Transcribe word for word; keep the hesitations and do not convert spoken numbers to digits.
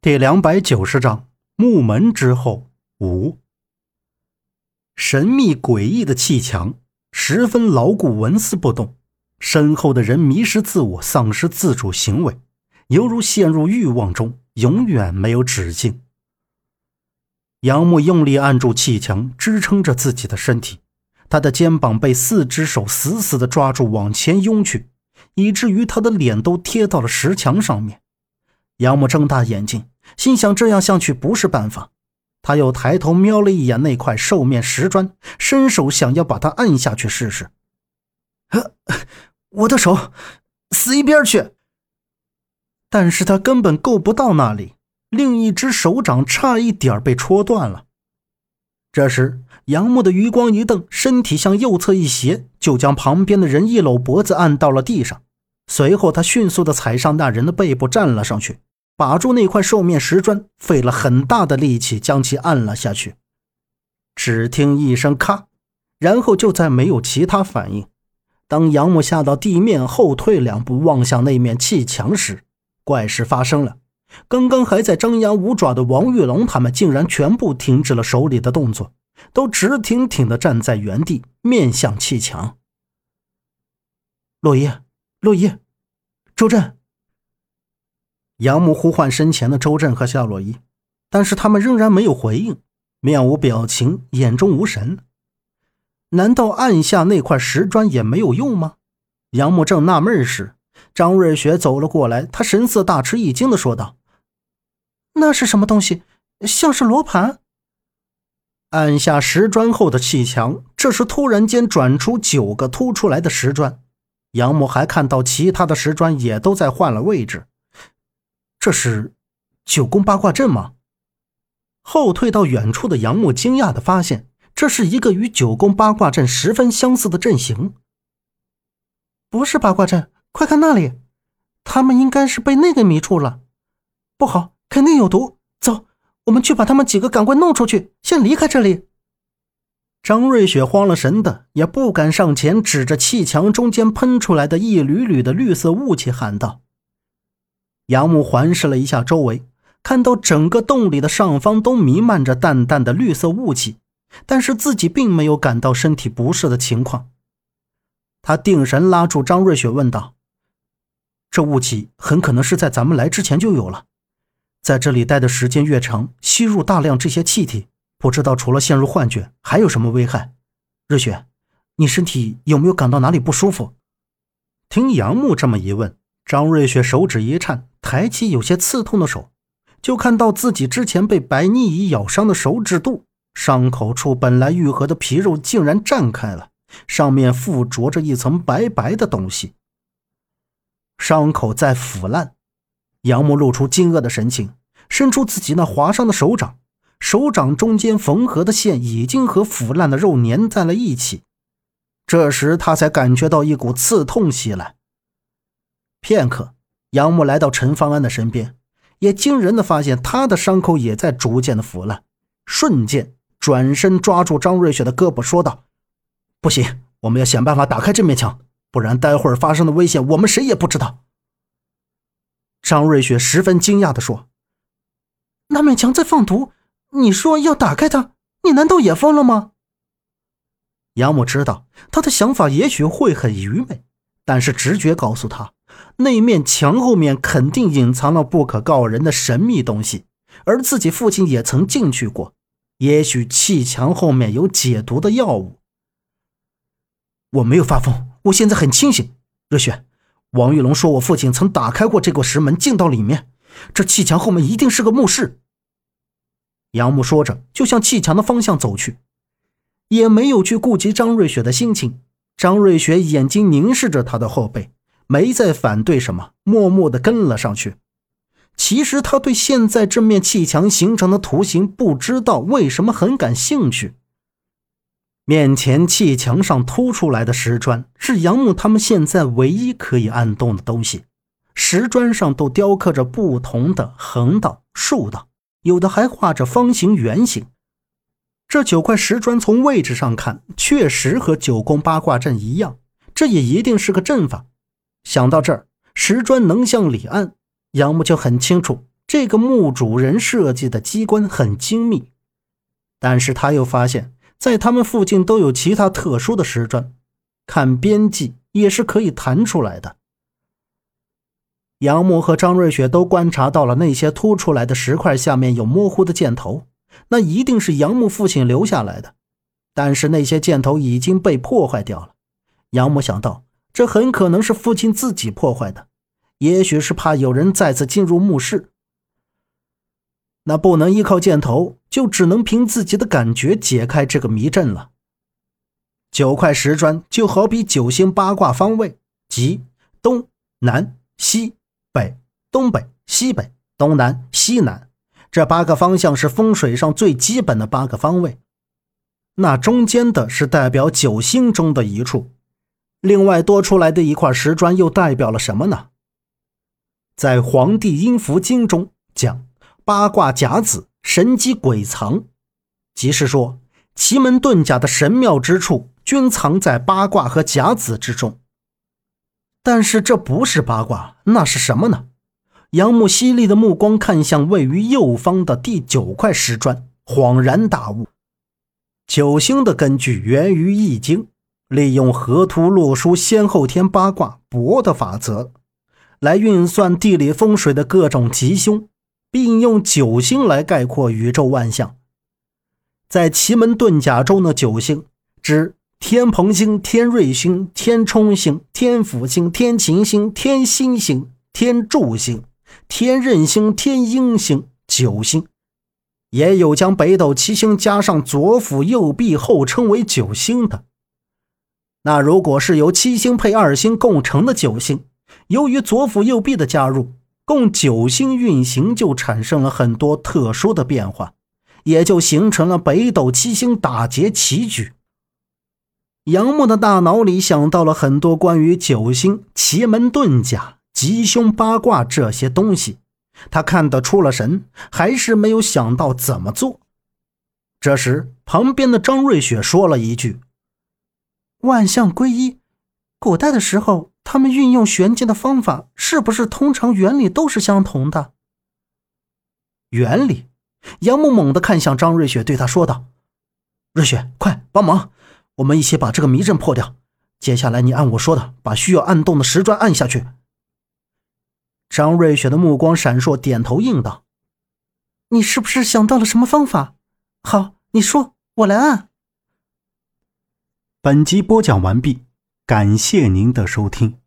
第两百九十章木门之后五。神秘诡异的气墙十分牢固，纹丝不动，身后的人迷失自我，丧失自主行为，犹如陷入欲望中，永远没有止境。杨木用力按住气墙，支撑着自己的身体，他的肩膀被四只手死死地抓住，往前拥去，以至于他的脸都贴到了石墙上面。杨木睁大眼睛，心想这样下去不是办法。他又抬头瞄了一眼那块兽面石砖，伸手想要把它按下去试试。呃，我的手，死一边去！但是他根本够不到那里，另一只手掌差一点被戳断了。这时杨木的余光一瞪，身体向右侧一斜，就将旁边的人一搂脖子按到了地上。随后他迅速地踩上那人的背部站了上去，把住那块兽面石砖，费了很大的力气将其按了下去。只听一声咔，然后就再没有其他反应。当杨木下到地面，后退两步望向那面气墙时，怪事发生了。刚刚还在张牙舞爪的王玉龙他们竟然全部停止了手里的动作，都直挺挺地站在原地，面向气墙。洛叶，洛叶，周震。杨木呼唤身前的周震和夏洛伊，但是他们仍然没有回应，面无表情，眼中无神。难道按下那块石砖也没有用吗？杨木正纳闷时，张瑞雪走了过来，他神色大吃一惊地说道：那是什么东西？像是罗盘。按下石砖后的气墙，这时突然间转出九个凸出来的石砖。杨木还看到其他的石砖也都在换了位置。这是九宫八卦阵吗？后退到远处的杨木惊讶地发现，这是一个与九宫八卦阵十分相似的阵型。不是八卦阵，快看那里，他们应该是被那个迷住了。不好，肯定有毒，走，我们去把他们几个赶快弄出去，先离开这里。张瑞雪慌了神的，也不敢上前，指着气墙中间喷出来的一缕缕的绿色雾气喊道。杨木环视了一下周围，看到整个洞里的上方都弥漫着淡淡的绿色雾气，但是自己并没有感到身体不适的情况。他定神拉住张瑞雪问道：这雾气很可能是在咱们来之前就有了，在这里待的时间越长，吸入大量这些气体，不知道除了陷入幻觉还有什么危害。瑞雪，你身体有没有感到哪里不舒服？听杨木这么一问，张瑞雪手指一颤，抬起有些刺痛的手，就看到自己之前被白泥蚁咬伤的手指肚，伤口处本来愈合的皮肉竟然绽开了，上面附着着一层白白的东西。伤口在腐烂，杨木露出惊愕的神情，伸出自己那划伤的手掌，手掌中间缝合的线已经和腐烂的肉粘在了一起。这时他才感觉到一股刺痛袭来。片刻，杨木来到陈方安的身边，也惊人的发现他的伤口也在逐渐的腐烂，瞬间转身抓住张瑞雪的胳膊说道：不行，我们要想办法打开这面墙，不然待会儿发生的危险我们谁也不知道。张瑞雪十分惊讶地说：那面墙在放毒，你说要打开它，你难道也疯了吗？杨木知道他的想法也许会很愚昧，但是直觉告诉他，那面墙后面肯定隐藏了不可告人的神秘东西，而自己父亲也曾进去过，也许气墙后面有解毒的药物。我没有发疯，我现在很清醒。热雪，王玉龙说我父亲曾打开过这个石门进到里面，这气墙后面一定是个墓室。杨木说着就向气墙的方向走去，也没有去顾及张瑞雪的心情。张瑞雪眼睛凝视着他的后背，没再反对什么，默默地跟了上去。其实他对现在这面气墙形成的图形不知道为什么很感兴趣。面前气墙上凸出来的石砖是杨木他们现在唯一可以按动的东西，石砖上都雕刻着不同的横道、竖道，有的还画着方形、圆形。这九块石砖从位置上看确实和九宫八卦阵一样，这也一定是个阵法。想到这儿，石砖能向里按，杨木就很清楚这个墓主人设计的机关很精密，但是他又发现在他们附近都有其他特殊的石砖，看边际也是可以弹出来的。杨木和张瑞雪都观察到了那些凸出来的石块下面有模糊的箭头，那一定是杨木父亲留下来的，但是那些箭头已经被破坏掉了。杨木想到，这很可能是父亲自己破坏的，也许是怕有人再次进入墓室。那不能依靠箭头，就只能凭自己的感觉解开这个迷阵了。九块石砖就好比九星八卦方位，即东南西北东北西北东南西南，这八个方向是风水上最基本的八个方位。那中间的是代表九星中的一处，另外多出来的一块石砖又代表了什么呢？在《黄帝阴符经》中讲八卦甲子，神机鬼藏，即是说奇门遁甲的神妙之处均藏在八卦和甲子之中。但是这不是八卦，那是什么呢？杨木犀利的目光看向位于右方的第九块石砖，恍然大悟。九星的根据源于易经，利用河图洛书先后天八卦博的法则来运算地理风水的各种吉凶，并用九星来概括宇宙万象。在奇门遁甲中的九星指天蓬星、天瑞星、天冲星、天府星、天琴星、天心星、天柱星、天任星、天鹰星，九星。也有将北斗七星加上左辅右弼后称为九星的。那如果是由七星配二星共成的九星，由于左辅右弼的加入，共九星运行就产生了很多特殊的变化，也就形成了北斗七星打劫奇局。杨木的大脑里想到了很多关于九星、奇门遁甲、吉凶八卦这些东西，他看得出了神，还是没有想到怎么做。这时旁边的张瑞雪说了一句：万象归一，古代的时候他们运用玄机的方法是不是通常原理都是相同的？原理？杨木猛地看向张瑞雪，对他说道：瑞雪，快帮忙，我们一起把这个迷阵破掉，接下来你按我说的把需要按动的石砖按下去。张瑞雪的目光闪烁，点头应道：你是不是想到了什么方法？好，你说，我来按。 本集播讲完毕，感谢您的收听。